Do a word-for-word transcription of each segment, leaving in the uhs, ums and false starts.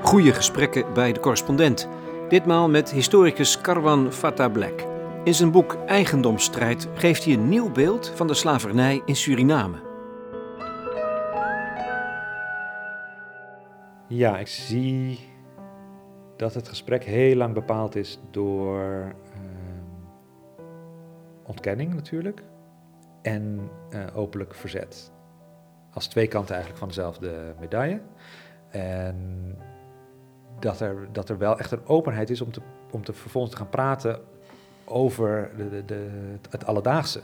Goeie gesprekken bij de correspondent. Ditmaal met historicus Karwan Fatah-Black. In zijn boek Eigendomsstrijd geeft hij een nieuw beeld van de slavernij in Suriname. Ja, ik zie dat het gesprek heel lang bepaald is door uh, ontkenning natuurlijk en uh, openlijk verzet. Als twee kanten eigenlijk van dezelfde medaille. En dat er, dat er wel echt een openheid is om, te, om te vervolgens te gaan praten over de, de, de, het alledaagse.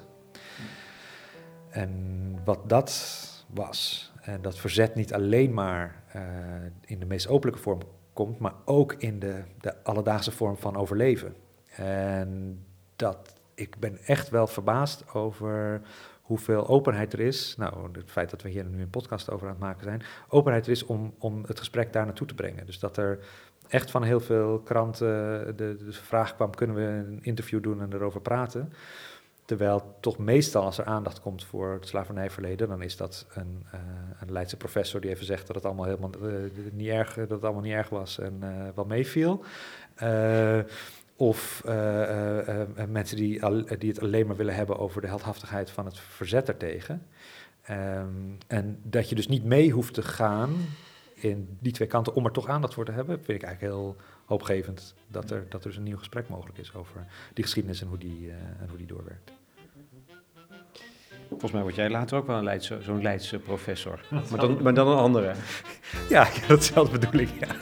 En wat dat was. En dat verzet niet alleen maar uh, in de meest openlijke vorm komt, maar ook in de, de alledaagse vorm van overleven. En dat, ik ben echt wel verbaasd over hoeveel openheid er is. Nou, het feit dat we hier nu een podcast over aan het maken zijn. Openheid er is om, om het gesprek daar naartoe te brengen. Dus dat er echt van heel veel kranten de, de vraag kwam, kunnen we een interview doen en erover praten? Terwijl toch meestal als er aandacht komt voor het slavernijverleden, dan is dat een, uh, een Leidse professor die even zegt dat het allemaal helemaal uh, niet erg, dat het allemaal niet erg was en uh, wel meeviel. Uh, of uh, uh, uh, mensen die, al, die het alleen maar willen hebben over de heldhaftigheid van het verzet ertegen. Um, en dat je dus niet mee hoeft te gaan in die twee kanten om er toch aandacht voor te hebben, vind ik eigenlijk heel hoopgevend dat er, dat er dus een nieuw gesprek mogelijk is over die geschiedenis en hoe die, uh, en hoe die doorwerkt. Volgens mij word jij later ook wel een Leidse, zo'n Leidse professor. Maar dan, maar dan een andere. Ja, datzelfde bedoel ik, ja.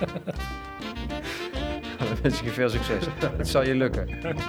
Dan wens ik je veel succes. Het zal je lukken.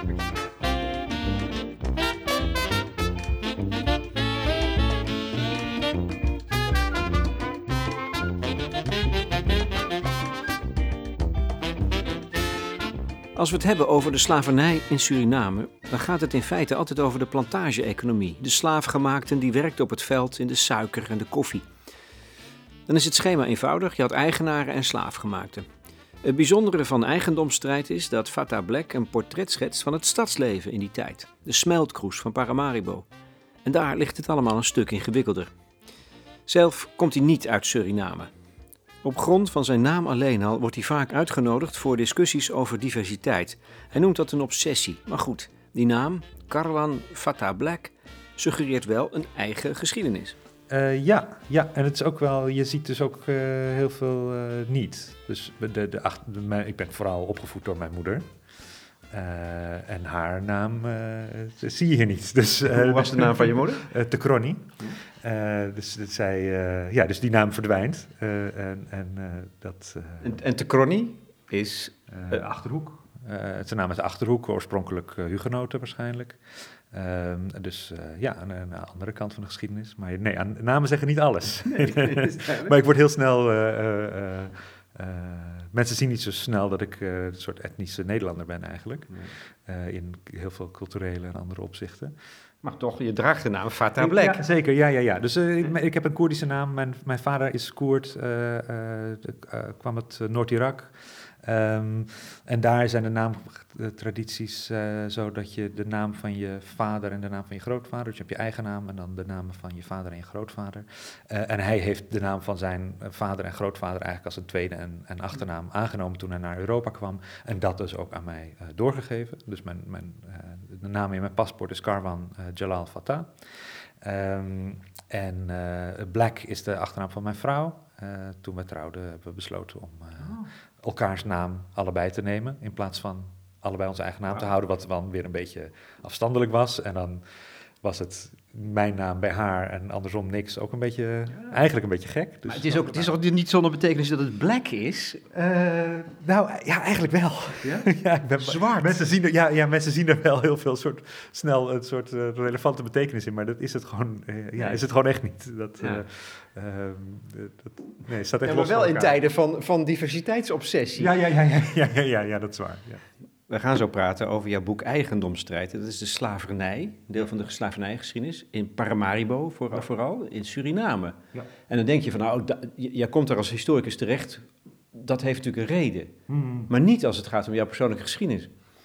Als we het hebben over de slavernij in Suriname, dan gaat het in feite altijd over de plantage-economie. De slaafgemaakten die werkten op het veld in de suiker en de koffie. Dan is het schema eenvoudig, je had eigenaren en slaafgemaakten. Het bijzondere van Eigendomsstrijd is dat Fatah-Black een portret schetst van het stadsleven in die tijd. De smeltkroes van Paramaribo. En daar ligt het allemaal een stuk ingewikkelder. Zelf komt hij niet uit Suriname. Op grond van zijn naam alleen al wordt hij vaak uitgenodigd voor discussies over diversiteit. Hij noemt dat een obsessie. Maar goed, die naam, Karwan Fatah-Black, suggereert wel een eigen geschiedenis. Uh, ja, ja, en het is ook wel, je ziet dus ook uh, heel veel uh, niet. Dus de, de, de, de, mijn, ik ben vooral opgevoed door mijn moeder. Uh, en haar naam uh, zie je hier niet. Dus, uh, Hoe was de naam van je moeder? Uh, Tekroni. Uh, dus, dat zij, uh, ja, dus die naam verdwijnt. Uh, en en uh, dat, uh, en, en Tekroni is? Uh, uh, Achterhoek. Uh, zijn naam is Achterhoek, oorspronkelijk uh, hugenoten waarschijnlijk. Uh, dus uh, ja, aan een andere kant van de geschiedenis. Maar nee, aan, namen zeggen niet alles. Nee, maar ik word heel snel... Uh, uh, uh, Uh, mensen zien niet zo snel dat ik uh, een soort etnische Nederlander ben eigenlijk. Nee. Uh, in heel veel culturele en andere opzichten. Maar toch, je draagt de naam Fatah-Black. Ja, zeker, ja, ja, ja. Dus uh, ik, ik heb een Koerdische naam. Mijn, mijn vader is Koerd, uh, uh, uh, kwam uit uh, Noord-Irak. Um, en daar zijn de naamtradities uh, zo dat je de naam van je vader en de naam van je grootvader, dus je hebt je eigen naam en dan de namen van je vader en je grootvader. Uh, en hij heeft de naam van zijn vader en grootvader eigenlijk als een tweede en, en achternaam aangenomen toen hij naar Europa kwam. En dat dus ook aan mij uh, doorgegeven. Dus mijn, mijn, uh, de naam in mijn paspoort is Karwan uh, Jalal Fatah. Um, en uh, Black is de achternaam van mijn vrouw. Uh, toen we trouwden hebben we besloten om uh, oh. elkaars naam allebei te nemen, in plaats van allebei onze eigen naam wow. te houden, wat dan weer een beetje afstandelijk was. En dan was het mijn naam bij haar en andersom niks, ook een beetje, ja. eigenlijk een beetje gek. Dus maar het is ook, het is ook niet zonder betekenis dat het Black is? Uh, nou, ja, eigenlijk wel. Ja? ja, ik ben, Zwart. Mensen zien, er, ja, ja, mensen zien er wel heel veel soort, snel een soort uh, relevante betekenis in, maar dat is het gewoon, uh, ja, is het gewoon echt niet. Dat, ja. uh, uh, dat, nee, staat echt ja, maar los wel van in elkaar. tijden van, van diversiteitsobsessie. Ja, ja, ja, ja, ja, ja, ja, ja, dat is waar. Ja. We gaan zo praten over jouw boek Eigendomsstrijd. Dat is de slavernij, een deel van de slavernijgeschiedenis. In Paramaribo voor, ja. vooral, in Suriname. Ja. En dan denk je van, nou, da, jij komt daar als historicus terecht. Dat heeft natuurlijk een reden. Hmm. Maar niet als het gaat om jouw persoonlijke geschiedenis.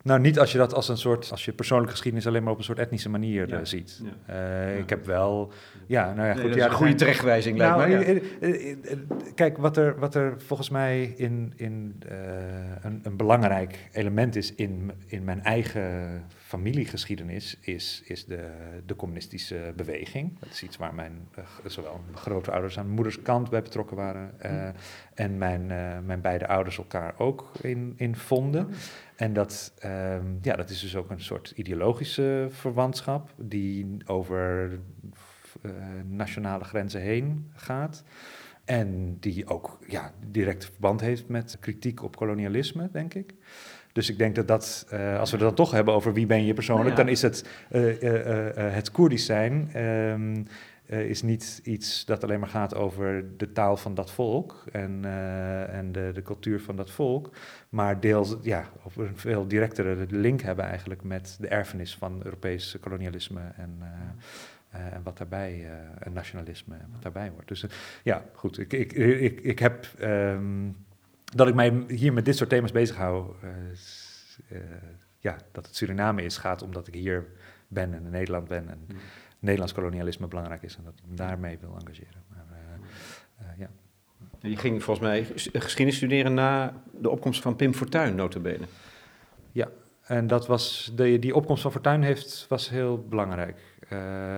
Nou, niet als je dat als een soort, als je persoonlijke geschiedenis alleen maar op een soort etnische manier ja. uh, ziet. Ja. Uh, ja. Ik heb wel, ja, nou ja, goed. Nee, dat ja, is een goede terechtwijzing, lijkt nou, mij. Ja. Uh, uh, uh, kijk, wat er, wat er volgens mij in, in uh, een, een belangrijk element is in, in mijn eigen familiegeschiedenis, is, is de, de communistische beweging. Dat is iets waar mijn, uh, zowel mijn grootouders aan mijn moeders kant bij betrokken waren, uh, mm. en mijn, uh, mijn beide ouders elkaar ook in, in vonden. Mm. En dat, um, ja, dat is dus ook een soort ideologische verwantschap die over uh, nationale grenzen heen gaat. En die ook ja, direct verband heeft met kritiek op kolonialisme, denk ik. Dus ik denk dat dat, uh, als we het dan toch hebben over wie ben je persoonlijk, nou ja. dan is het uh, uh, uh, uh, het Koerdisch zijn. Um, Uh, is niet iets dat alleen maar gaat over de taal van dat volk en, uh, en de, de cultuur van dat volk, maar deels ja, op een veel directere link hebben eigenlijk met de erfenis van Europees kolonialisme en, uh, uh, en wat daarbij, uh, en nationalisme en wat daarbij hoort. Dus uh, ja, goed, ik, ik, ik, ik heb, um, dat ik mij hier met dit soort thema's bezig hou, uh, uh, ja, dat het Suriname is, gaat omdat ik hier ben en in Nederland ben en mm. Nederlands kolonialisme belangrijk is en dat ik me daarmee wil engageren. Maar, uh, uh, ja. Je ging volgens mij geschiedenis studeren na de opkomst van Pim Fortuyn, nota bene. Ja, en dat was de, die opkomst van Fortuyn heeft, was heel belangrijk. Uh,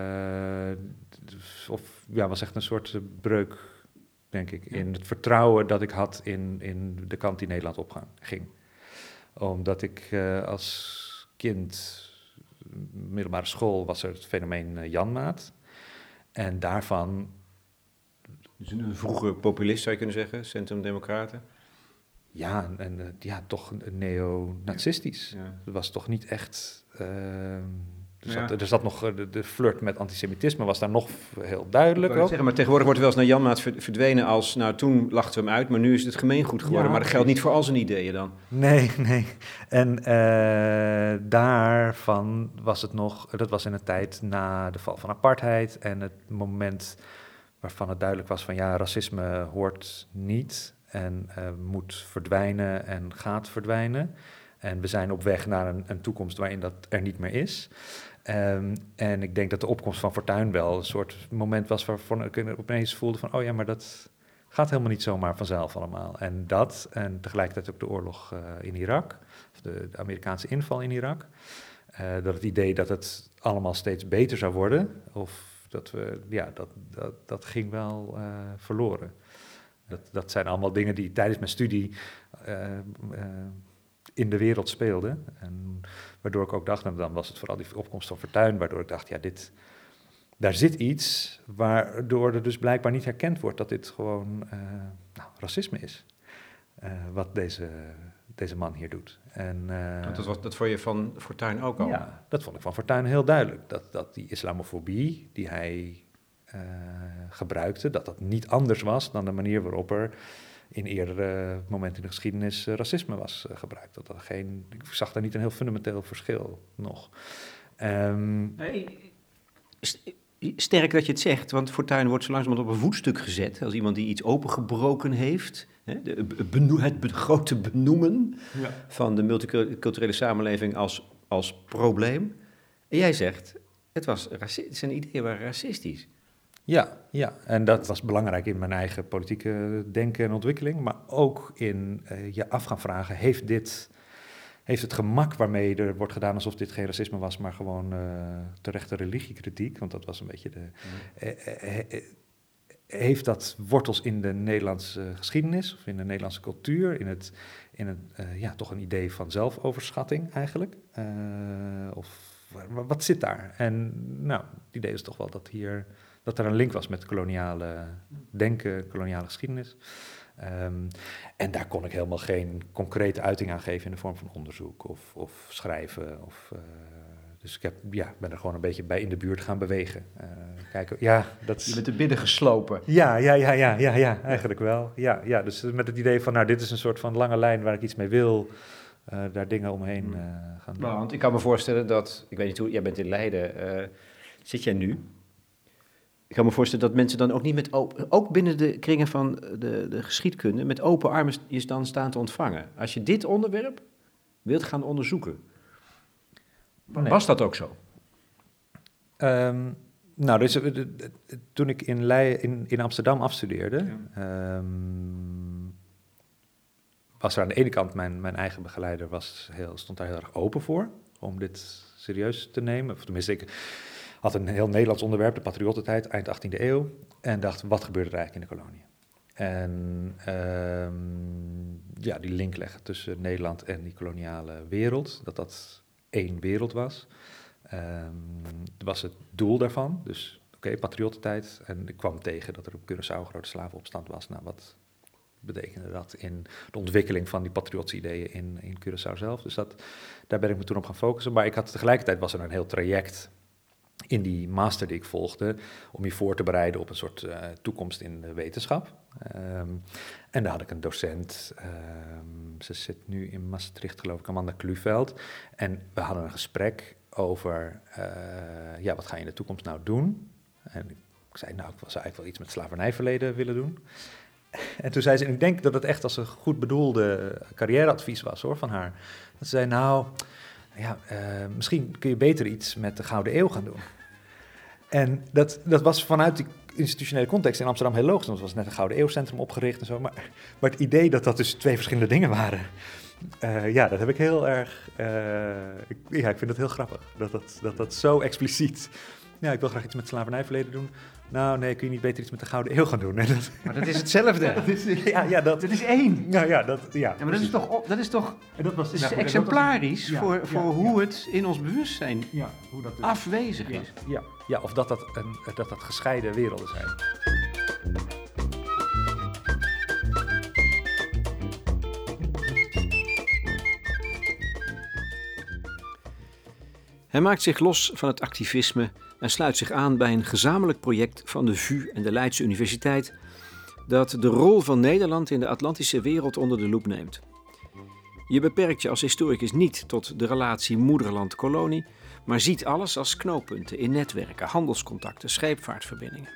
of ja, was echt een soort breuk, denk ik, in het vertrouwen dat ik had in, in de kant die Nederland opging. Omdat ik uh, als kind, middelbare school, was er het fenomeen uh, Janmaat. En daarvan... Dus een vroege populist, zou je kunnen zeggen, Centrum-Democraten? Ja, en uh, ja, toch neo-nazistisch. Ja. Ja. Dat was toch niet echt... Uh, er, zat, ja. er zat nog, de, de flirt met antisemitisme was daar nog heel duidelijk. Ik zeggen, maar tegenwoordig wordt er wel eens naar Janmaat verdwenen als... Nou, toen lachten we hem uit, maar nu is het gemeengoed geworden. Ja, maar dat geldt niet voor al zijn ideeën dan. Nee, nee. En uh, daarvan was het nog... Dat was in een tijd na de val van apartheid en het moment waarvan het duidelijk was van... ja, racisme hoort niet en uh, moet verdwijnen en gaat verdwijnen. En we zijn op weg naar een, een toekomst waarin dat er niet meer is. Um, en ik denk dat de opkomst van Fortuyn wel een soort moment was waarvan ik opeens voelde van... oh ja, maar dat gaat helemaal niet zomaar vanzelf allemaal. En dat, en tegelijkertijd ook de oorlog uh, in Irak, of de, de Amerikaanse inval in Irak. Uh, dat het idee dat het allemaal steeds beter zou worden, of dat we, ja, dat, dat, dat ging wel uh, verloren. Dat, dat zijn allemaal dingen die tijdens mijn studie... Uh, uh, in de wereld speelde. En waardoor ik ook dacht, en dan was het vooral die opkomst van Fortuyn, waardoor ik dacht, ja, dit, daar zit iets waardoor er dus blijkbaar niet herkend wordt dat dit gewoon uh, nou, racisme is. Uh, wat deze, deze man hier doet. En, uh, dat, was, dat vond je van Fortuyn ook al? Ja, dat vond ik van Fortuyn heel duidelijk. Dat, dat die islamofobie die hij uh, gebruikte, dat dat niet anders was dan de manier waarop er in eerdere momenten in de geschiedenis uh, racisme was uh, gebruikt. Dat er geen, ik zag daar niet een heel fundamenteel verschil nog. Um, nee, sterk dat je het zegt, want Fortuyn wordt zo langzamerhand op een voetstuk gezet als iemand die iets opengebroken heeft. Hè, de, beno- het be- grote benoemen ja. van de multiculturele samenleving als, als probleem. En jij zegt, het was raci- zijn ideeën waren racistisch. Ja, ja, en dat was belangrijk in mijn eigen politieke denken en ontwikkeling, maar ook in uh, je af gaan vragen, heeft dit, heeft het gemak waarmee er wordt gedaan alsof dit geen racisme was, maar gewoon uh, terechte religiekritiek, want dat was een beetje de... Mm. Uh, uh, uh, heeft dat wortels in de Nederlandse geschiedenis of in de Nederlandse cultuur, in het, in het uh, ja, toch een idee van zelfoverschatting eigenlijk? Uh, of wat zit daar? En nou, het idee is toch wel dat hier... dat er een link was met koloniale denken, koloniale geschiedenis. Um, en daar kon ik helemaal geen concrete uiting aan geven in de vorm van onderzoek of, of schrijven. Of, uh, dus ik heb, ja, ben er gewoon een beetje bij in de buurt gaan bewegen. Uh, kijken, ja, dat is... Je bent er binnen geslopen. Ja, ja, ja, ja, ja, ja, eigenlijk wel. Ja, ja, dus met het idee van, nou, dit is een soort van lange lijn waar ik iets mee wil... Uh, daar dingen omheen uh, gaan doen. Nou, want ik kan me voorstellen dat, ik weet niet hoe, jij bent in Leiden, uh, zit jij nu... Ik kan me voorstellen dat mensen dan ook niet met open, ook binnen de kringen van de, de geschiedkunde, met open armen je dan staan te ontvangen. Als je dit onderwerp wilt gaan onderzoeken, Nee. Was dat ook zo? Um, nou, dus, uh, uh, toen ik in, Leiden, in, in Amsterdam afstudeerde, ja. um, was er aan de ene kant mijn, mijn eigen begeleider was heel, stond daar heel erg open voor om dit serieus te nemen. Of tenminste, ik had een heel Nederlands onderwerp, de patriottentijd, eind achttiende eeuw, en dacht, wat gebeurde er eigenlijk in de kolonie? En um, ja, die link leggen tussen Nederland en die koloniale wereld, dat dat één wereld was. Um, dat was het doel daarvan, dus oké, okay, patriottentijd. En ik kwam tegen dat er op Curaçao een grote slavenopstand was. Nou, wat betekende dat in de ontwikkeling van die patriotische ideeën in, in Curaçao zelf? Dus dat, daar ben ik me toen op gaan focussen. Maar ik had tegelijkertijd was er een heel traject in die master die ik volgde, om je voor te bereiden op een soort uh, toekomst in de wetenschap. Um, en daar had ik een docent, um, ze zit nu in Maastricht geloof ik, Amanda Kluveld. En we hadden een gesprek over, uh, ja, wat ga je in de toekomst nou doen? En ik zei, nou, ik zou eigenlijk wel iets met slavernijverleden willen doen. En toen zei ze, en ik denk dat het echt als een goed bedoelde carrièreadvies was hoor, van haar. Dat ze zei, nou, ja, uh, misschien kun je beter iets met de Gouden Eeuw gaan doen. En dat, dat was vanuit die institutionele context in Amsterdam heel logisch, want het was net een Gouden Eeuwcentrum opgericht en zo. Maar, maar het idee dat dat dus twee verschillende dingen waren, uh, ja, dat heb ik heel erg, uh, ik, ja, ik vind het heel grappig, dat dat, dat dat zo expliciet, ja, ik wil graag iets met slavernijverleden doen. Nou, nee, kun je niet beter iets met de Gouden Eeuw gaan doen? En dat, maar dat is hetzelfde. dat is, ja, ja, dat, dat is één. Nou ja, dat, ja, ja maar dat is toch, dat is toch en dat was, dat is nou, goed, exemplarisch dat was, ja, voor, voor ja, hoe ja. het in ons bewustzijn ja, hoe dat dus afwezig ja, is. Ja, ja, of dat dat, een, dat dat gescheiden werelden zijn. Hij maakt zich los van het activisme en sluit zich aan bij een gezamenlijk project van de V U en de Leidse Universiteit dat de rol van Nederland in de Atlantische wereld onder de loep neemt. Je beperkt je als historicus niet tot de relatie moederland-kolonie, maar ziet alles als knooppunten in netwerken, handelscontacten, scheepvaartverbindingen.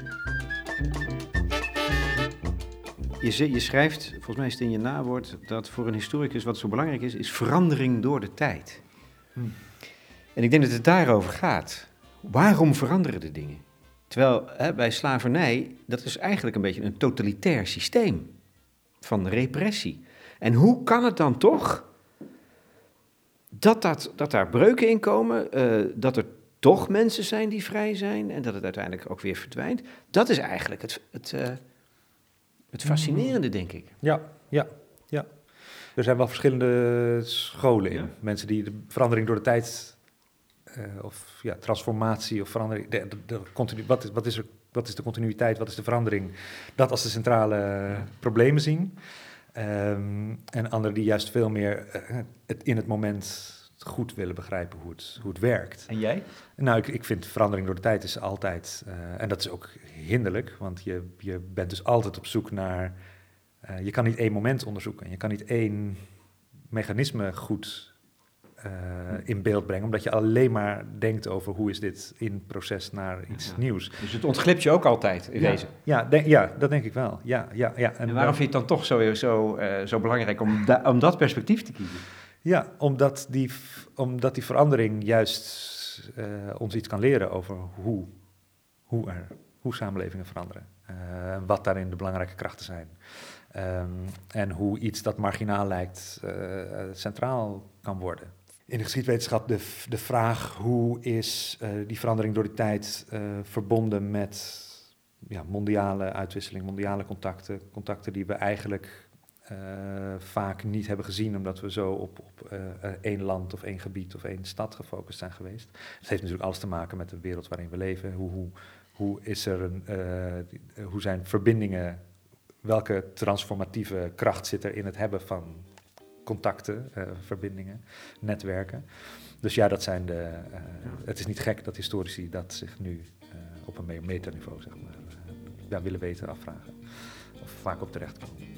Je, je schrijft, volgens mij is het in je nawoord, dat voor een historicus wat zo belangrijk is, is verandering door de tijd. Hmm. En ik denk dat het daarover gaat. Waarom veranderen de dingen? Terwijl hè, bij slavernij, dat is eigenlijk een beetje een totalitair systeem van repressie. En hoe kan het dan toch dat, dat, dat daar breuken in komen, uh, dat er toch mensen zijn die vrij zijn en dat het uiteindelijk ook weer verdwijnt? Dat is eigenlijk het, het, uh, het fascinerende, denk ik. Ja, ja, ja. Er zijn wel verschillende scholen in. Ja. Mensen die de verandering door de tijd, uh, of ja, transformatie of verandering, de, de, de continu, wat, is, wat, is er, wat is de continuïteit, wat is de verandering, dat als de centrale ja. problemen zien. Um, en anderen die juist veel meer uh, het in het moment goed willen begrijpen hoe het, hoe het werkt. En jij? Nou, ik, ik vind verandering door de tijd is altijd, uh, en dat is ook hinderlijk, want je, je bent dus altijd op zoek naar, uh, je kan niet één moment onderzoeken, je kan niet één mechanisme goed uh, in beeld brengen, omdat je alleen maar denkt over hoe is dit in proces naar iets ja. nieuws. Dus het ontglipt je ook altijd in ja. wezen? Ja, de, ja, dat denk ik wel. Ja, ja, ja. En, en waarom vind je het dan toch zo, zo, uh, zo belangrijk om, da- om dat perspectief te kiezen? Ja, omdat die, omdat die verandering juist uh, ons iets kan leren over hoe, hoe, er, hoe samenlevingen veranderen. Uh, wat daarin de belangrijke krachten zijn. Um, en hoe iets dat marginaal lijkt uh, centraal kan worden. In de geschiedwetenschap de, de vraag hoe is uh, die verandering door de tijd uh, verbonden met ja, mondiale uitwisseling, mondiale contacten. Contacten die we eigenlijk Uh, vaak niet hebben gezien, omdat we zo op, op uh, één land of één gebied of één stad gefocust zijn geweest. Het heeft natuurlijk alles te maken met de wereld waarin we leven. Hoe, hoe, hoe, is er een, uh, hoe zijn verbindingen, welke transformatieve kracht zit er in het hebben van contacten, uh, verbindingen, netwerken. Dus ja, dat zijn de. Uh, het is niet gek dat historici dat zich nu uh, op een metaniveau, zeg maar, uh, ja, willen weten, afvragen. Of vaak op terechtkomen.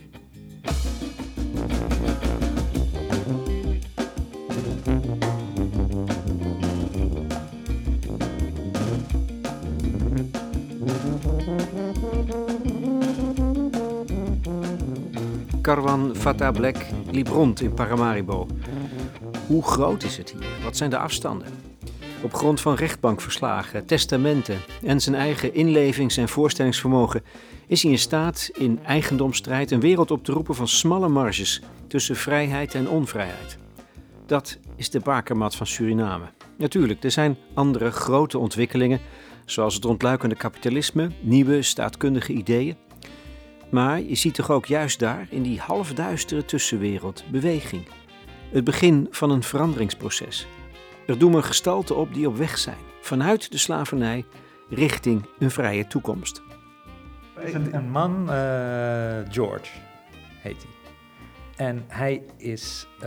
Karwan Fatah Black liep rond in Paramaribo. Hoe groot is het hier? Wat zijn de afstanden? Op grond van rechtbankverslagen, testamenten en zijn eigen inlevings- en voorstellingsvermogen is hij in staat in eigendomsstrijd een wereld op te roepen van smalle marges tussen vrijheid en onvrijheid. Dat is de bakermat van Suriname. Natuurlijk, er zijn andere grote ontwikkelingen, zoals het ontluikende kapitalisme, nieuwe staatkundige ideeën. Maar je ziet toch ook juist daar, in die halfduistere tussenwereld, beweging. Het begin van een veranderingsproces. Er doemen gestalten op die op weg zijn, vanuit de slavernij richting een vrije toekomst. Een, een man, uh, George, heet hij. En hij is, uh,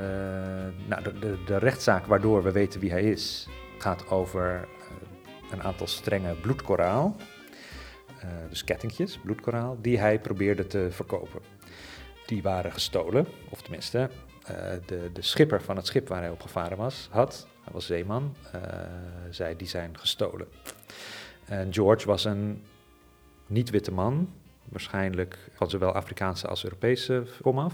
nou, de, de, de rechtszaak waardoor we weten wie hij is, gaat over uh, een aantal strenge bloedkoraal, uh, dus kettingjes, bloedkoraal, die hij probeerde te verkopen. Die waren gestolen, of tenminste, uh, de, de schipper van het schip waar hij op gevaren was, had, hij was zeeman, uh, zei die zijn gestolen. En George was een niet-witte man, waarschijnlijk van zowel Afrikaanse als Europese komaf.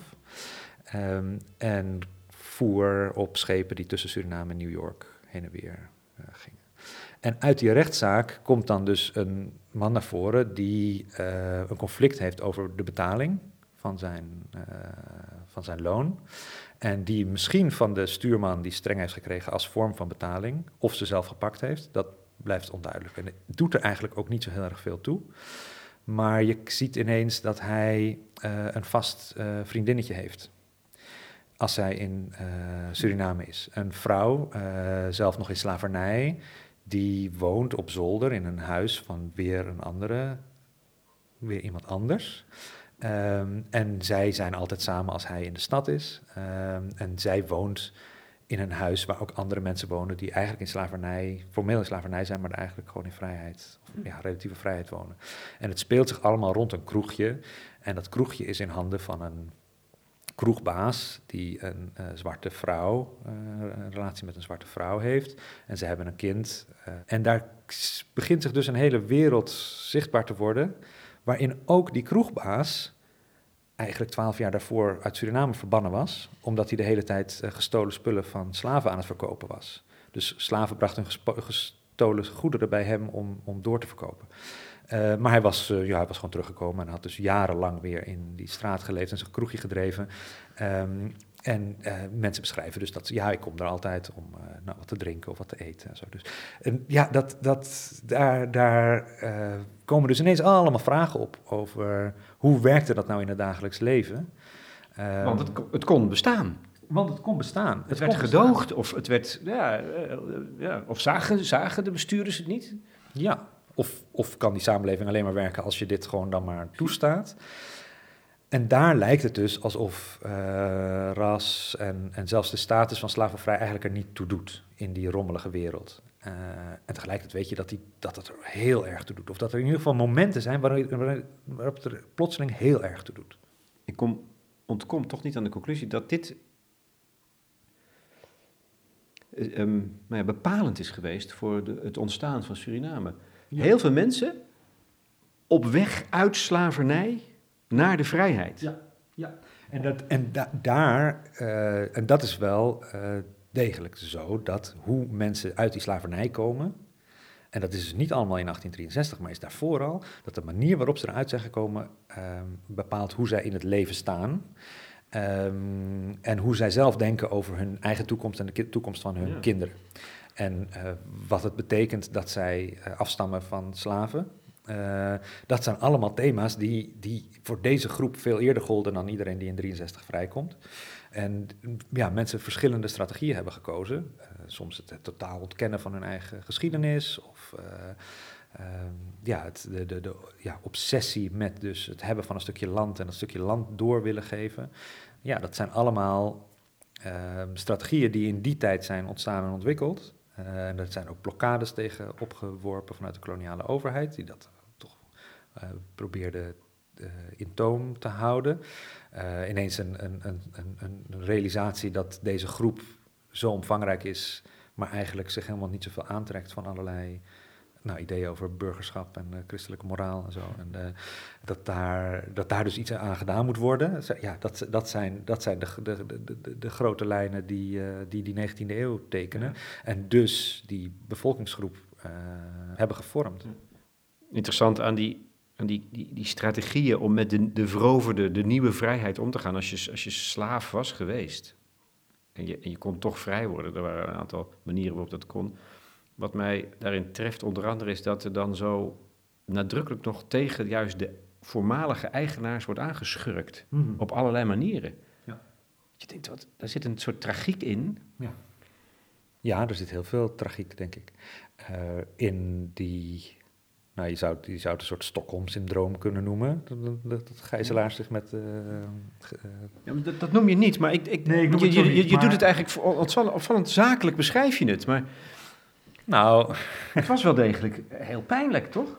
Um, en voer op schepen die tussen Suriname en New York heen en weer uh, gingen. En uit die rechtszaak komt dan dus een man naar voren die uh, een conflict heeft over de betaling van zijn, uh, van zijn loon. En die misschien van de stuurman die streng heeft gekregen als vorm van betaling, of ze zelf gepakt heeft, dat blijft onduidelijk. En het doet er eigenlijk ook niet zo heel erg veel toe. Maar je ziet ineens dat hij uh, een vast uh, vriendinnetje heeft. Als hij in uh, Suriname is. Een vrouw, uh, zelf nog in slavernij, die woont op zolder in een huis van weer een andere, weer iemand anders. Um, en zij zijn altijd samen als hij in de stad is. Um, en zij woont in een huis waar ook andere mensen wonen die eigenlijk in slavernij, formeel in slavernij zijn, maar eigenlijk gewoon in vrijheid, of ja, relatieve vrijheid wonen. En het speelt zich allemaal rond een kroegje. En dat kroegje is in handen van een kroegbaas die een uh, zwarte vrouw, uh, een relatie met een zwarte vrouw heeft. En ze hebben een kind. Uh, en daar begint zich dus een hele wereld zichtbaar te worden, waarin ook die kroegbaas eigenlijk twaalf jaar daarvoor uit Suriname verbannen was, omdat hij de hele tijd uh, gestolen spullen van slaven aan het verkopen was. Dus slaven brachten gespo- gestolen goederen bij hem om, om door te verkopen. Uh, maar hij was, uh, ja, hij was gewoon teruggekomen en had dus jarenlang weer in die straat geleefd en zijn kroegje gedreven. Um, en uh, mensen beschrijven dus dat, ja, ik kom er altijd om uh, nou, wat te drinken of wat te eten en zo. Dus en ja, dat, dat, daar, daar uh, komen dus ineens allemaal vragen op over hoe werkte dat nou in het dagelijks leven. Um, Want het, het kon bestaan. Want het kon bestaan. Het, het werd gedoogd bestaan. Of het werd, ja, uh, ja, of zagen, zagen de bestuurders het niet? Ja. Of, of kan die samenleving alleen maar werken als je dit gewoon dan maar toestaat. En daar lijkt het dus alsof uh, ras en, en zelfs de status van slavenvrij eigenlijk er niet toe doet in die rommelige wereld. Uh, en tegelijkertijd weet je dat, die, dat het er heel erg toe doet. Of dat er in ieder geval momenten zijn waarop, waarop het er plotseling heel erg toe doet. Ik kom, ontkom toch niet aan de conclusie dat dit uh, um, nou ja, bepalend is geweest voor de, het ontstaan van Suriname. Ja. Heel veel mensen op weg uit slavernij naar de vrijheid. Ja, ja. En, dat, en da, daar, uh, en dat is wel uh, degelijk zo, dat hoe mensen uit die slavernij komen, en dat is dus niet allemaal in achttien drieënzestig, maar is daarvoor al, dat de manier waarop ze eruit zijn gekomen uh, bepaalt hoe zij in het leven staan. Um, en hoe zij zelf denken over hun eigen toekomst en de ki- toekomst van hun ja. kinderen. En uh, wat het betekent dat zij uh, afstammen van slaven. Uh, dat zijn allemaal thema's die, die voor deze groep veel eerder golden dan iedereen die in drieënzestig vrijkomt. En ja, mensen verschillende strategieën hebben gekozen. Uh, soms het, het totaal ontkennen van hun eigen geschiedenis. Of uh, uh, ja, het, de, de, de ja, obsessie met dus het hebben van een stukje land en dat stukje land door willen geven. Ja, dat zijn allemaal uh, strategieën die in die tijd zijn ontstaan en ontwikkeld. Uh, en er zijn ook blokkades tegen opgeworpen vanuit de koloniale overheid, die dat toch uh, probeerde uh, in toom te houden. Uh, ineens een, een, een, een, een realisatie dat deze groep zo omvangrijk is, maar eigenlijk zich helemaal niet zoveel aantrekt van allerlei nou, ideeën over burgerschap en uh, christelijke moraal en zo. En uh, dat, daar, dat daar dus iets aan gedaan moet worden. Ja, dat, dat zijn, dat zijn de, de, de, de, de grote lijnen die, uh, die die negentiende eeuw tekenen. Ja. En dus die bevolkingsgroep uh, hebben gevormd. Interessant aan die, aan die, die, die strategieën om met de, de veroverde, de nieuwe vrijheid om te gaan. Als je, als je slaaf was geweest en je, en je kon toch vrij worden. Er waren een aantal manieren waarop dat kon. Wat mij daarin treft onder andere is dat er dan zo nadrukkelijk nog tegen juist de voormalige eigenaars wordt aangeschurkt. Mm-hmm. Op allerlei manieren. Ja. Je denkt, wat, daar zit een soort tragiek in. Ja, ja er zit heel veel tragiek, denk ik. Uh, in die... Nou, je zou, je zou het een soort Stockholm-syndroom kunnen noemen. Dat, dat, dat gijzelaars zich met... Uh, ge, uh... Ja, maar dat, dat noem je niet, maar ik, ik, nee, ik je, je, je, je maar... doet het eigenlijk... Opvallend zakelijk beschrijf je het, maar... Nou... Het was wel degelijk heel pijnlijk, toch?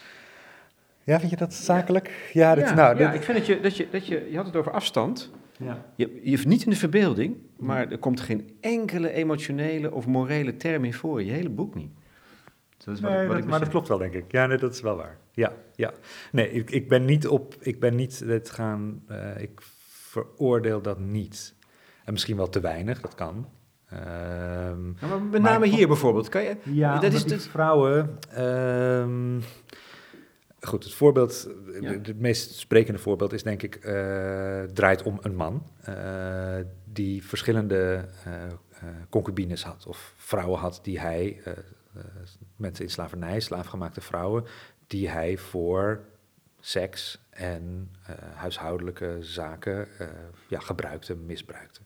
Ja, vind je dat zakelijk? Ja, dat, ja, nou, ja dit... ik vind dat je, dat je... dat je... Je had het over afstand. Ja. Je, je hebt niet in de verbeelding, maar er komt geen enkele emotionele of morele term in voor. Je hele boek niet. Dat is wat nee, ik, wat dat, ik maar dat klopt wel, denk ik. Ja, nee, dat is wel waar. Ja, ja. Nee, ik, ik ben niet op... Ik ben niet het gaan... Uh, ik veroordeel dat niet. En misschien wel te weinig, dat kan. Um, ja, maar met name maar, hier bijvoorbeeld. Kan je, ja, dat is die het... vrouwen... Um, goed, het voorbeeld... Ja. Het, het meest sprekende voorbeeld is, denk ik... Uh, draait om een man... Uh, die verschillende uh, uh, concubines had. Of vrouwen had die hij... Uh, Uh, mensen in slavernij, slaafgemaakte vrouwen, die hij voor seks en uh, huishoudelijke zaken uh, ja, gebruikte, misbruikte.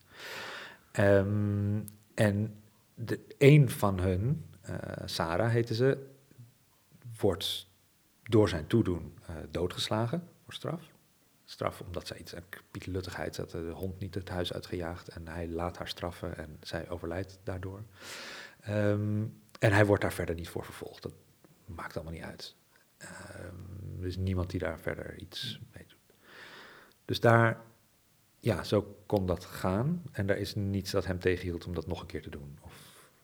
Um, en de, een van hun, uh, Sarah heette ze, wordt door zijn toedoen uh, doodgeslagen voor straf. Straf omdat zij iets, een pietluttigheid had, de hond niet het huis uitgejaagd en hij laat haar straffen en zij overlijdt daardoor. Um, En hij wordt daar verder niet voor vervolgd. Dat maakt allemaal niet uit. Um, er is niemand die daar verder iets mee doet. Dus daar, ja, zo kon dat gaan. En er is niets dat hem tegenhield om dat nog een keer te doen. Of...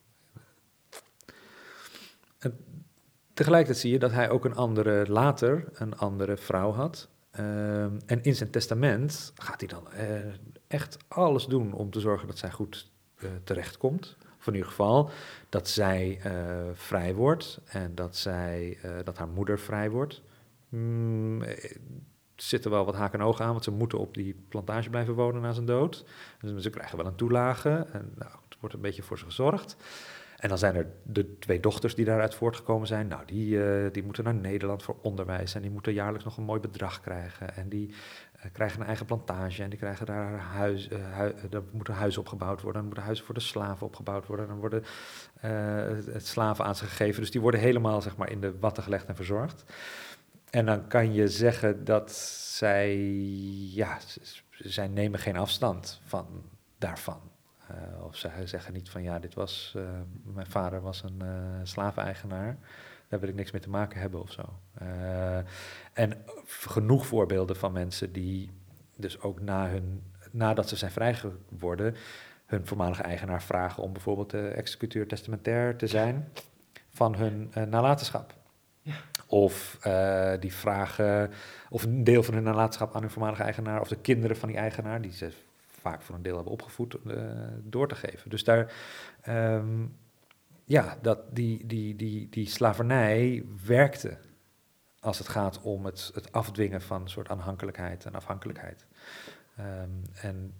En tegelijkertijd zie je dat hij ook een andere, later een andere vrouw had. Um, en in zijn testament gaat hij dan uh, echt alles doen om te zorgen dat zij goed uh, terechtkomt. Of in ieder geval dat zij uh, vrij wordt en dat, zij, uh, dat haar moeder vrij wordt. Mm, er zitten wel wat haken en ogen aan, want ze moeten op die plantage blijven wonen na zijn dood. Dus ze krijgen wel een toelage en nou, er wordt een beetje voor ze gezorgd. En dan zijn er de twee dochters die daaruit voortgekomen zijn. Nou, die, uh, die moeten naar Nederland voor onderwijs en die moeten jaarlijks nog een mooi bedrag krijgen. En die uh, krijgen een eigen plantage en die krijgen daar huis, uh, hu- er moeten huizen opgebouwd worden. Dan moeten huizen voor de slaven opgebouwd worden. Dan worden uh, het slaven aan ze gegeven. Dus die worden helemaal, zeg maar, in de watten gelegd en verzorgd. En dan kan je zeggen dat zij, ja, zij nemen geen afstand van daarvan. Uh, of ze zeggen niet van, ja, dit was, uh, mijn vader was een uh, slaveneigenaar, daar wil ik niks mee te maken hebben of zo. Uh, en genoeg voorbeelden van mensen die dus ook na hun, nadat ze zijn vrijgeworden, hun voormalige eigenaar vragen om bijvoorbeeld de executeur testamentair te zijn van hun uh, nalatenschap. Ja. Of uh, die vragen, of een deel van hun nalatenschap aan hun voormalige eigenaar, of de kinderen van die eigenaar, die ze vaak voor een deel hebben opgevoed, uh, door te geven. Dus daar, um, ja, dat die, die, die, die slavernij werkte als het gaat om het, het afdwingen van een soort aanhankelijkheid en afhankelijkheid. Um, en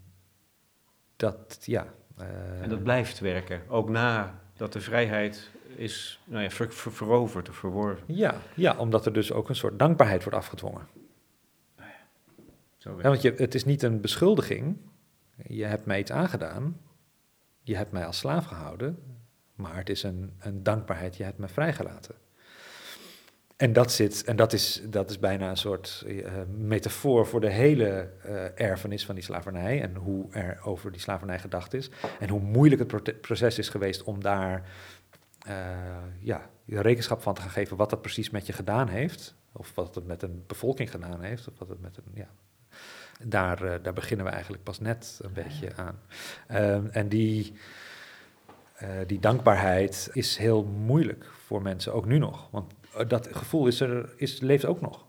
dat, ja... Uh, en dat blijft werken, ook nadat de vrijheid is nou ja, ver, ver, veroverd of verworven. Ja, ja, omdat er dus ook een soort dankbaarheid wordt afgedwongen. Nou ja, zo ja, want je, het is niet een beschuldiging. Je hebt mij iets aangedaan, je hebt mij als slaaf gehouden, maar het is een, een dankbaarheid, je hebt mij vrijgelaten. En dat zit, en dat is, dat is bijna een soort uh, metafoor voor de hele uh, erfenis van die slavernij en hoe er over die slavernij gedacht is en hoe moeilijk het prote- proces is geweest om daar uh, ja, rekenschap van te gaan geven wat dat precies met je gedaan heeft, of wat het met een bevolking gedaan heeft, of wat het met een, ja... Daar, uh, daar beginnen we eigenlijk pas net een beetje aan. Uh, en die, uh, die dankbaarheid is heel moeilijk voor mensen, ook nu nog. Want dat gevoel is er, is, leeft ook nog.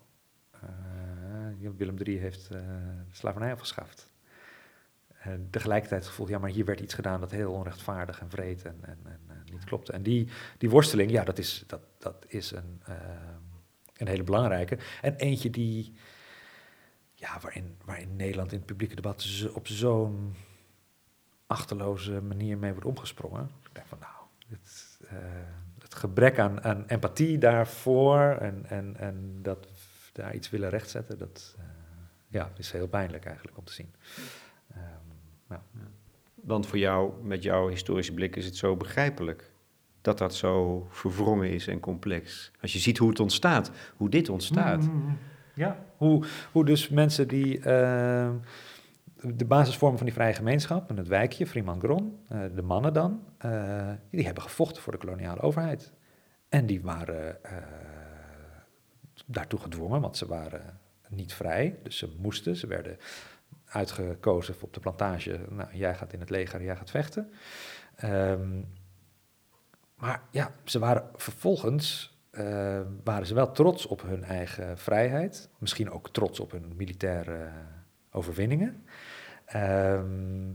Uh, Willem de Derde heeft uh, de slavernij afgeschaft. Uh, tegelijkertijd het gevoel, ja, maar hier werd iets gedaan dat heel onrechtvaardig en wreed en, en, en uh, niet klopte. En die, die worsteling, ja, dat is, dat, dat is een, uh, een hele belangrijke. En eentje die, ja, waarin, waarin Nederland in het publieke debat zo, op zo'n achterloze manier mee wordt omgesprongen. Ik denk van, nou, het, uh, het gebrek aan, aan empathie daarvoor en, en, en dat daar iets willen rechtzetten, dat uh, ja, is heel pijnlijk eigenlijk om te zien. Um, ja. Want voor jou, met jouw historische blik, is het zo begrijpelijk dat dat zo verwrongen is en complex. Als je ziet hoe het ontstaat, hoe dit ontstaat. Mm-hmm. Ja, hoe, hoe dus mensen die uh, de basisvormen van die vrije gemeenschap en het wijkje, Fremangron, uh, de mannen dan, uh, die hebben gevochten voor de koloniale overheid. En die waren uh, daartoe gedwongen, want ze waren niet vrij, dus ze moesten, ze werden uitgekozen op de plantage. Nou, jij gaat in het leger, jij gaat vechten. Um, maar ja, ze waren vervolgens, uh, waren ze wel trots op hun eigen vrijheid. Misschien ook trots op hun militaire overwinningen. Um,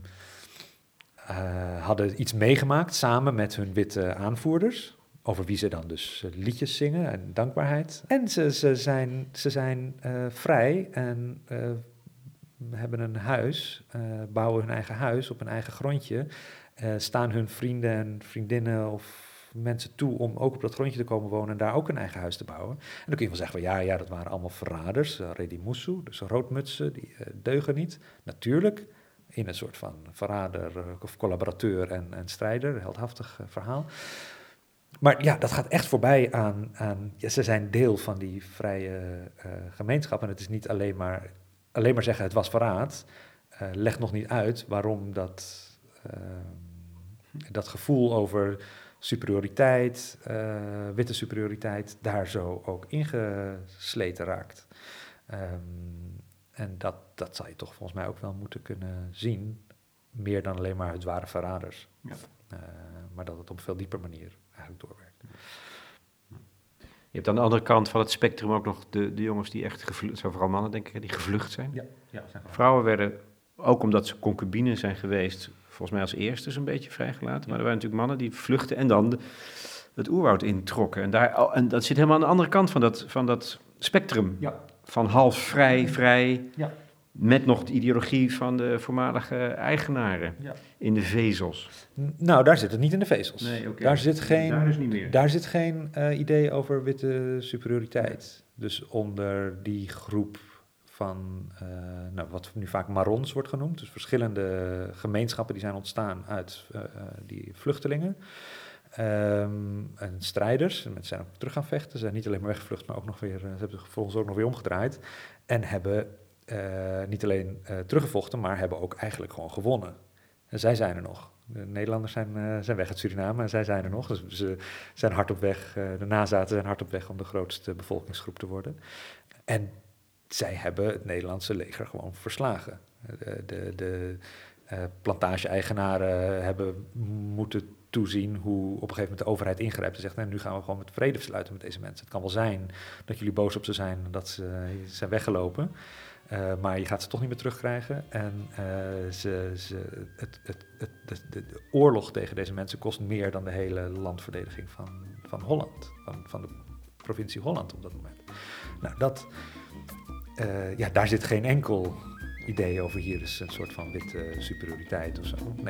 uh, hadden iets meegemaakt samen met hun witte aanvoerders, over wie ze dan dus liedjes zingen en dankbaarheid. En ze, ze zijn, ze zijn uh, vrij en uh, hebben een huis, uh, bouwen hun eigen huis op hun eigen grondje, uh, staan hun vrienden en vriendinnen of mensen toe om ook op dat grondje te komen wonen en daar ook een eigen huis te bouwen. En dan kun je wel zeggen van ja, ja, dat waren allemaal verraders, uh, Redimusu, dus roodmutsen, die uh, deugen niet. Natuurlijk, in een soort van verrader uh, of collaborateur en, en strijder, een heldhaftig uh, verhaal. Maar ja, dat gaat echt voorbij aan, aan ja, ze zijn deel van die vrije uh, gemeenschap en het is niet alleen maar Alleen maar zeggen het was verraad, uh, legt nog niet uit waarom dat, uh, dat gevoel over superioriteit, uh, witte superioriteit, daar zo ook ingesleten raakt. Um, en dat, dat zal je toch volgens mij ook wel moeten kunnen zien, meer dan alleen maar het waren verraders. Ja. Uh, maar dat het op een veel dieper manier eigenlijk doorwerkt. Je hebt aan de andere kant van het spectrum ook nog de, de jongens die echt gevlucht zijn, vooral mannen denk ik, die gevlucht zijn. Ja, ja, zijn vrouwen werden, ook omdat ze concubines zijn geweest, volgens mij als eerste een beetje vrijgelaten. Ja. Maar er waren natuurlijk mannen die vluchten en dan de, het oerwoud introkken. En, daar, en dat zit helemaal aan de andere kant van dat, van dat spectrum. Ja. Van half vrij, vrij, ja. Met nog de ideologie van de voormalige eigenaren ja. in de vezels. Nou, daar zit het niet in de vezels. Nee, okay. Daar zit geen, daar is niet meer. Daar zit geen uh, idee over witte superioriteit. Ja. Dus onder die groep van, uh, nou, wat nu vaak marrons wordt genoemd, dus verschillende gemeenschappen die zijn ontstaan uit uh, die vluchtelingen. Um, en strijders, en mensen zijn ook terug gaan vechten. Ze zijn niet alleen maar weggevlucht, maar ook nog weer, uh, ze hebben zich vervolgens ook nog weer omgedraaid. En hebben uh, niet alleen uh, teruggevochten, maar hebben ook eigenlijk gewoon gewonnen. En zij zijn er nog. De Nederlanders zijn, uh, zijn weg uit Suriname en zij zijn er nog. Dus ze zijn hard op weg, uh, de nazaten zijn hard op weg om de grootste bevolkingsgroep te worden. En zij hebben het Nederlandse leger gewoon verslagen. De, de, de uh, plantage-eigenaren hebben moeten toezien hoe op een gegeven moment de overheid ingrijpt en zegt, nee, nu gaan we gewoon met vrede sluiten met deze mensen. Het kan wel zijn dat jullie boos op ze zijn en dat ze zijn weggelopen, uh, maar je gaat ze toch niet meer terugkrijgen. En uh, ze, ze, het, het, het, de, de, de oorlog tegen deze mensen kost meer dan de hele landverdediging van, van Holland, van, van de provincie Holland op dat moment. Nou, dat, uh, ja, daar zit geen enkel idee over hier is een soort van witte superioriteit of zo. Nee.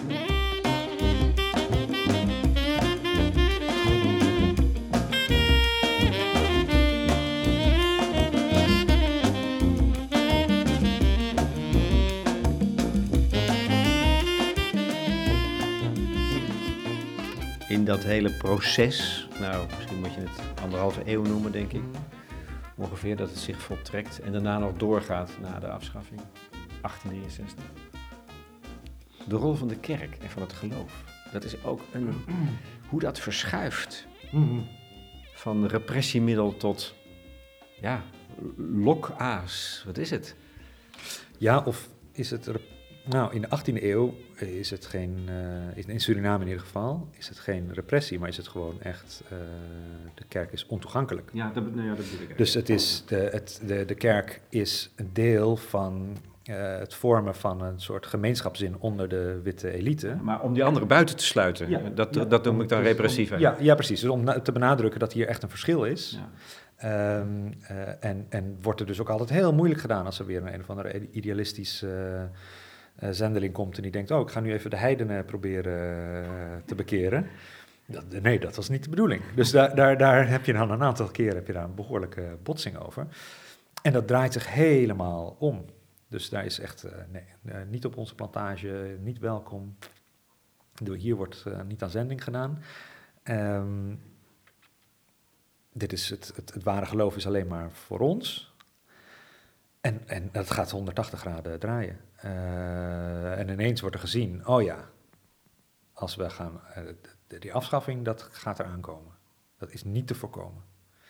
In dat hele proces, nou, misschien moet je het anderhalve eeuw noemen, denk ik, ongeveer, dat het zich voltrekt en daarna nog doorgaat na de afschaffing, achttien drieënzestig. De rol van de kerk en van het geloof, dat is ook een, hoe dat verschuift van repressiemiddel tot, ja, lokaas, wat is het? Ja, of is het, Nou, in de achttiende eeuw is het geen, uh, in Suriname in ieder geval, is het geen repressie, maar is het gewoon echt, uh, de kerk is ontoegankelijk. Ja, dat, nou ja, dat bedoel ik. Dus het is de, het, de, de kerk is een deel van uh, het vormen van een soort gemeenschapszin onder de witte elite. Maar om die anderen buiten te sluiten, ja, dat, ja, dat noem ik dan repressief. Ja, ja, precies. Dus om na, te benadrukken dat hier echt een verschil is. Ja. Um, uh, en, en wordt er dus ook altijd heel moeilijk gedaan als er weer een, een of andere idealistisch uh, uh, zendeling komt en die denkt, oh, ik ga nu even de heidenen proberen uh, te bekeren. Dat, nee, dat was niet de bedoeling. Dus daar, daar, daar heb je dan een aantal keren heb je daar een behoorlijke botsing over. En dat draait zich helemaal om. Dus daar is echt, uh, nee, uh, niet op onze plantage, niet welkom. Hier wordt uh, niet aan zending gedaan. Um, dit is het, het, het ware geloof is alleen maar voor ons. En, en dat gaat honderdtachtig graden draaien. Uh, en ineens wordt er gezien, oh ja, als we gaan, uh, de, die afschaffing, dat gaat eraan komen. Dat is niet te voorkomen.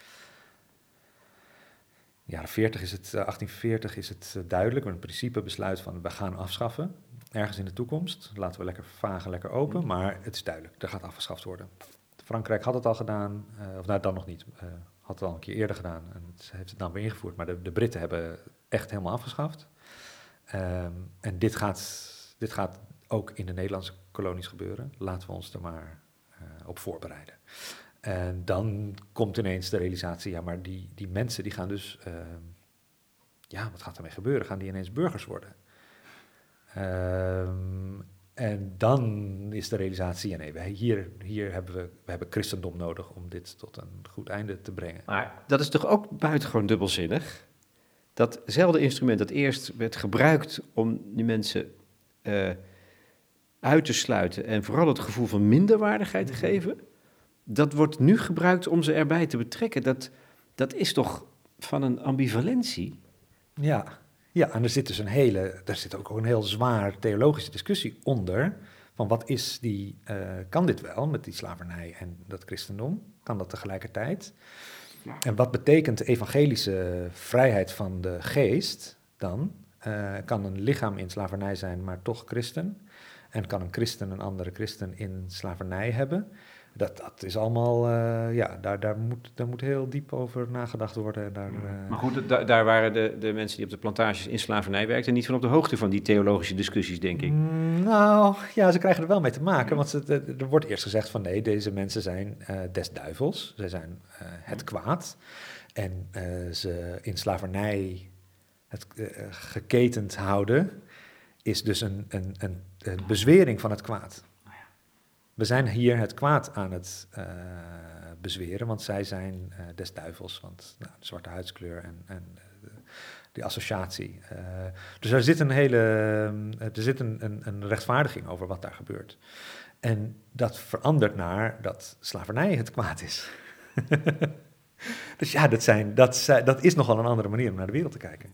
In de jaren veertig is het, uh, achttien veertig is het uh, duidelijk, met een principe besluit van we gaan afschaffen. Ergens in de toekomst, laten we lekker vagen, lekker open, maar het is duidelijk, er gaat afgeschaft worden. Frankrijk had het al gedaan, uh, of nou dan nog niet, uh, had het al een keer eerder gedaan en het heeft het dan weer ingevoerd, maar de, de Britten hebben echt helemaal afgeschaft. Um, en dit gaat, dit gaat ook in de Nederlandse kolonies gebeuren, laten we ons er maar uh, op voorbereiden. En dan komt ineens de realisatie, ja, maar die, die mensen die gaan dus, uh, ja, wat gaat ermee gebeuren? Gaan die ineens burgers worden? Um, en dan is de realisatie, ja nee, wij hier, hier hebben we, we hebben christendom nodig om dit tot een goed einde te brengen. Maar dat is toch ook buitengewoon dubbelzinnig? Datzelfde instrument dat eerst werd gebruikt om die mensen uh, uit te sluiten en vooral het gevoel van minderwaardigheid te geven, dat wordt nu gebruikt om ze erbij te betrekken. Dat, dat is toch van een ambivalentie? Ja, ja, en er zit dus een hele, er zit ook een heel zwaar theologische discussie onder, van wat is die, uh, kan dit wel met die slavernij en dat christendom? Kan dat tegelijkertijd? Ja. En wat betekent de evangelische vrijheid van de geest dan? Uh, kan een lichaam in slavernij zijn, maar toch christen? En kan een christen een andere christen in slavernij hebben? Dat, dat is allemaal, uh, ja, daar, daar, moet, daar moet heel diep over nagedacht worden. Daar, uh... Maar goed, da- daar waren de, de mensen die op de plantages in slavernij werkten niet van op de hoogte van die theologische discussies, denk ik. Mm, nou, ja, ze krijgen er wel mee te maken, want ze, er wordt eerst gezegd van nee, deze mensen zijn uh, des duivels, zij zijn uh, het kwaad. En uh, ze in slavernij het uh, geketend houden is dus een, een, een, een bezwering van het kwaad. We zijn hier het kwaad aan het uh, bezweren, want zij zijn uh, des duivels, want nou, de zwarte huidskleur en, en uh, die associatie. Uh, dus er zit een hele, uh, er zit een, een, een rechtvaardiging over wat daar gebeurt. En dat verandert naar dat slavernij het kwaad is. Dus ja, dat, zijn, dat, dat is nogal een andere manier om naar de wereld te kijken.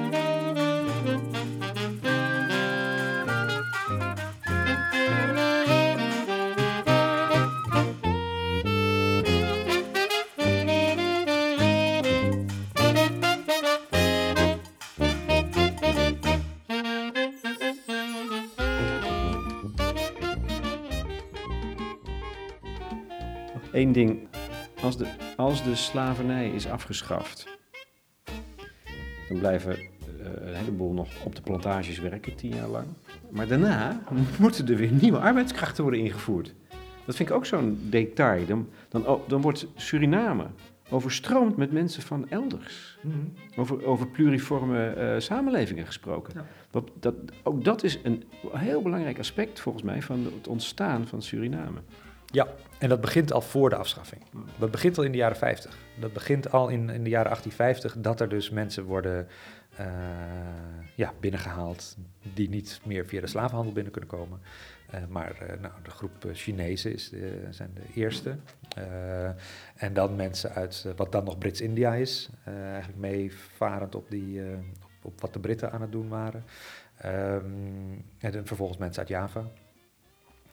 Eén ding, als de, als de slavernij is afgeschaft, dan blijven uh, een heleboel nog op de plantages werken, tien jaar lang. Maar daarna moeten er weer nieuwe arbeidskrachten worden ingevoerd. Dat vind ik ook zo'n detail. Dan, dan, oh, dan wordt Suriname overstroomd met mensen van elders. Mm-hmm. Over, over pluriforme uh, samenlevingen gesproken. Ja. Dat, dat, ook dat is een heel belangrijk aspect volgens mij van het ontstaan van Suriname. Ja, en dat begint al voor de afschaffing. Dat begint al in de jaren vijftig. Dat begint al in, in de jaren achttien vijftig, dat er dus mensen worden uh, ja, binnengehaald die niet meer via de slavenhandel binnen kunnen komen. Uh, maar uh, nou, de groep Chinezen is de, zijn de eerste. Uh, en dan mensen uit uh, wat dan nog Brits-India is. Uh, eigenlijk meevarend op, die, uh, op, op wat de Britten aan het doen waren. Um, en vervolgens mensen uit Java.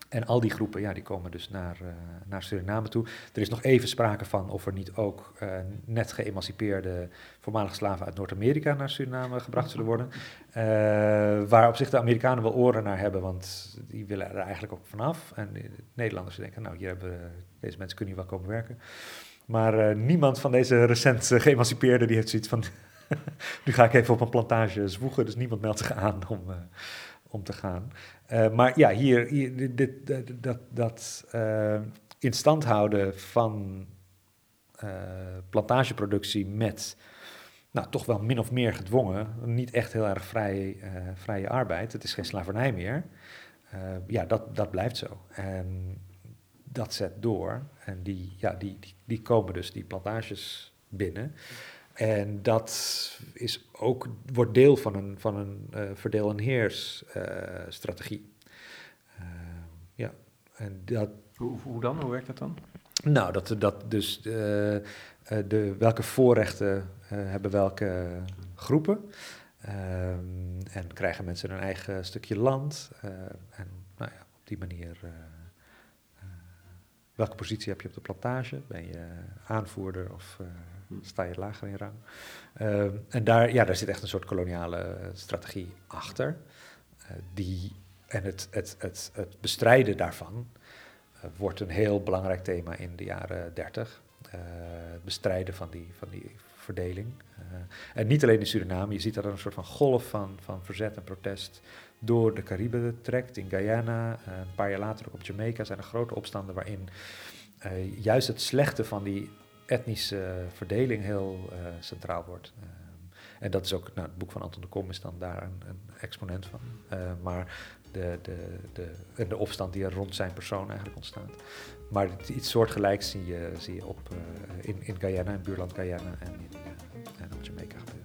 En al die groepen, ja, die komen dus naar, uh, naar Suriname toe. Er is nog even sprake van of er niet ook uh, net geëmancipeerde voormalige slaven uit Noord-Amerika naar Suriname gebracht zullen worden. Uh, waar op zich de Amerikanen wel oren naar hebben, want die willen er eigenlijk ook vanaf. En de Nederlanders denken, nou, hier hebben we, deze mensen kunnen hier wel komen werken. Maar uh, niemand van deze recent uh, geëmancipeerden die heeft zoiets van, nu ga ik even op een plantage zwoegen, dus niemand meldt zich aan om... Uh, om te gaan. Uh, maar ja, hier, hier dit, dit, dit, dat, dat uh, in stand houden van uh, plantageproductie met, nou, toch wel min of meer gedwongen, niet echt heel erg vrij, uh, vrije arbeid, het is geen slavernij meer, uh, ja, dat, dat blijft zo. En dat zet door en die, ja, die, die, die komen dus die plantages binnen. En dat is ook, wordt deel van een, van een uh, verdeel- en heers-strategie. Uh, uh, ja, en dat... Hoe, hoe dan? Hoe werkt dat dan? Nou, dat, dat dus uh, uh, de, welke voorrechten uh, hebben welke groepen. Uh, en krijgen mensen een eigen stukje land. Uh, en nou ja, op die manier... Uh, welke positie heb je op de plantage? Ben je aanvoerder of uh, sta je lager in rang? Uh, en daar, ja, daar zit echt een soort koloniale strategie achter. Uh, die, en het, het, het, het bestrijden daarvan uh, wordt een heel belangrijk thema in de jaren dertig. Uh, het bestrijden van die, van die verdeling. Uh, en niet alleen in Suriname, je ziet dat er een soort van golf van, van verzet en protest door de Cariben trekt. In Guyana, uh, een paar jaar later ook op Jamaica zijn er grote opstanden waarin uh, juist het slechte van die etnische uh, verdeling heel uh, centraal wordt. Uh, en dat is ook, nou, het boek van Anton de Kom is dan daar een, een exponent van. Uh, maar de, de, de, en de opstand die er rond zijn persoon eigenlijk ontstaat. Maar iets soortgelijks zie je, zie je op, uh, in, in Guyana, in buurland Guyana en, in, uh, en op Jamaica gebeuren.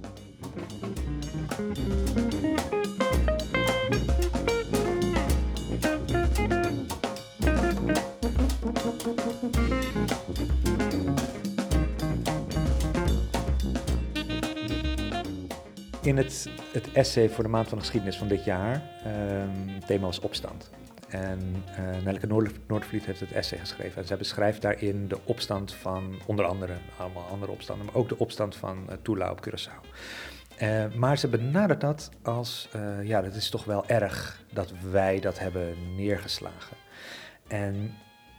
In het, het essay voor de Maand van de Geschiedenis van dit jaar, um, het thema was opstand. En uh, Nelleke Noordervliet heeft het essay geschreven. En zij beschrijft daarin de opstand van, onder andere, allemaal andere opstanden, maar ook de opstand van uh, Tula op Curaçao. Uh, maar ze benadert dat als, uh, ja, dat is toch wel erg dat wij dat hebben neergeslagen. En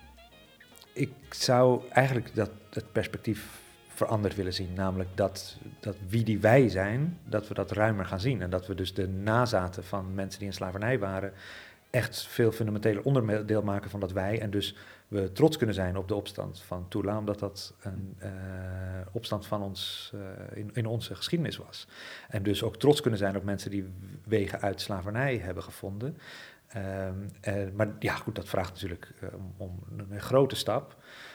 ik zou eigenlijk dat het perspectief veranderd willen zien, namelijk dat, dat wie die wij zijn, dat we dat ruimer gaan zien. En dat we dus de nazaten van mensen die in slavernij waren echt veel fundamenteler onderdeel maken van dat wij. En dus we trots kunnen zijn op de opstand van Tula, omdat dat een uh, opstand van ons uh, in, in onze geschiedenis was. En dus ook trots kunnen zijn op mensen die wegen uit slavernij hebben gevonden. Um, uh, maar ja, goed, dat vraagt natuurlijk uh, om, om een grote stap.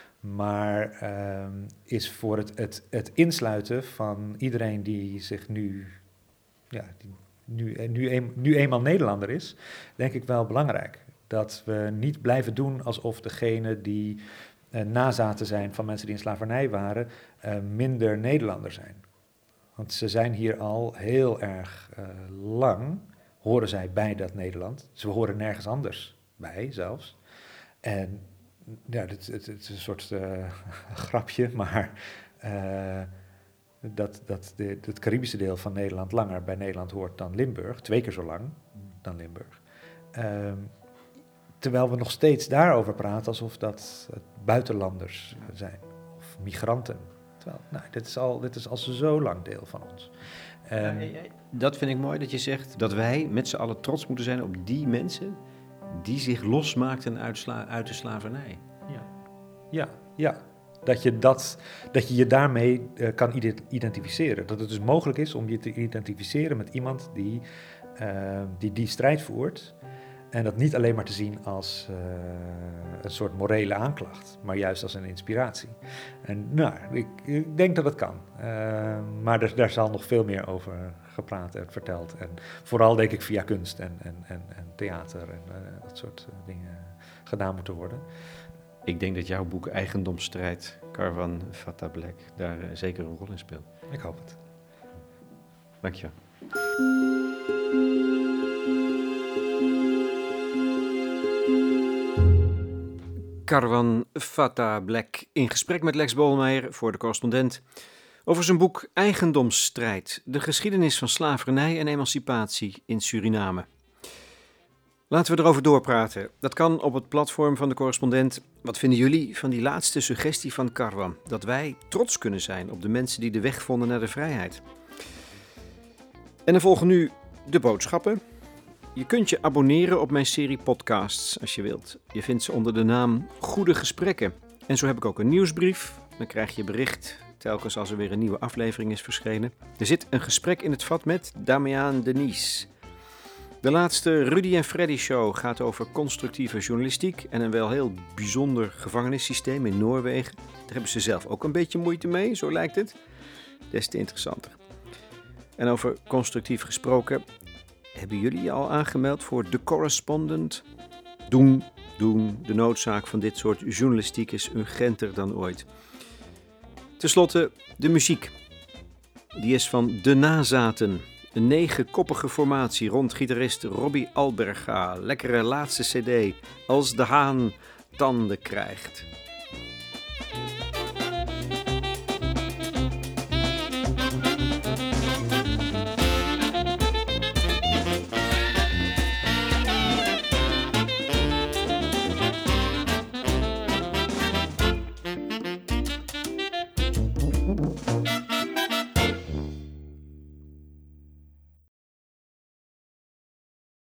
Maar uh, is voor het, het, het insluiten van iedereen die zich nu, ja, die nu, nu, een, nu eenmaal Nederlander is, denk ik wel belangrijk. Dat we niet blijven doen alsof degene die uh, nazaten zijn van mensen die in slavernij waren, uh, minder Nederlander zijn. Want ze zijn hier al heel erg uh, lang, horen zij bij dat Nederland. Ze horen nergens anders bij zelfs. En ja, het, het, het is een soort uh, grapje, maar uh, dat, dat de, het Caribische deel van Nederland langer bij Nederland hoort dan Limburg, twee keer zo lang dan Limburg. Uh, terwijl we nog steeds daarover praten alsof dat buitenlanders zijn, of migranten. Terwijl, nou, dit is al, dit is al zo lang deel van ons. Um, ja, dat vind ik mooi dat je zegt dat wij met z'n allen trots moeten zijn op die mensen die zich losmaakten uit, sla- uit de slavernij. Ja, ja, ja. Dat je, dat, dat je je daarmee uh, kan identificeren. Dat het dus mogelijk is om je te identificeren met iemand die uh, die, die strijd voert. En dat niet alleen maar te zien als uh, een soort morele aanklacht, maar juist als een inspiratie. En nou, ik, ik denk dat het kan. Uh, maar er, daar zal nog veel meer over gepraat en verteld. En vooral denk ik via kunst en, en, en, en theater en uh, dat soort uh, dingen gedaan moeten worden. Ik denk dat jouw boek Eigendomsstrijd, Karwan Fatah Black, daar uh, zeker een rol in speelt. Ik hoop het. Dank je wel. Karwan Fatah Black in gesprek met Lex Bolmeijer voor De Correspondent over zijn boek Eigendomsstrijd, de geschiedenis van slavernij en emancipatie in Suriname. Laten we erover doorpraten. Dat kan op het platform van De Correspondent. Wat vinden jullie van die laatste suggestie van Karwan? Dat wij trots kunnen zijn op de mensen die de weg vonden naar de vrijheid. En dan volgen nu de boodschappen. Je kunt je abonneren op mijn serie podcasts als je wilt. Je vindt ze onder de naam Goede Gesprekken. En zo heb ik ook een nieuwsbrief. Dan krijg je bericht telkens als er weer een nieuwe aflevering is verschenen. Er zit een gesprek in het vat met Damian Denies. De laatste Rudy en Freddy show gaat over constructieve journalistiek en een wel heel bijzonder gevangenissysteem in Noorwegen. Daar hebben ze zelf ook een beetje moeite mee, zo lijkt het. Des te interessanter. En over constructief gesproken, hebben jullie je al aangemeld voor The Correspondent? Doen, doen. De noodzaak van dit soort journalistiek is urgenter dan ooit. Ten slotte de muziek. Die is van De Nazaten. Een negenkoppige formatie rond gitarist Robbie Alberga. Lekkere laatste cd. Als de haan tanden krijgt.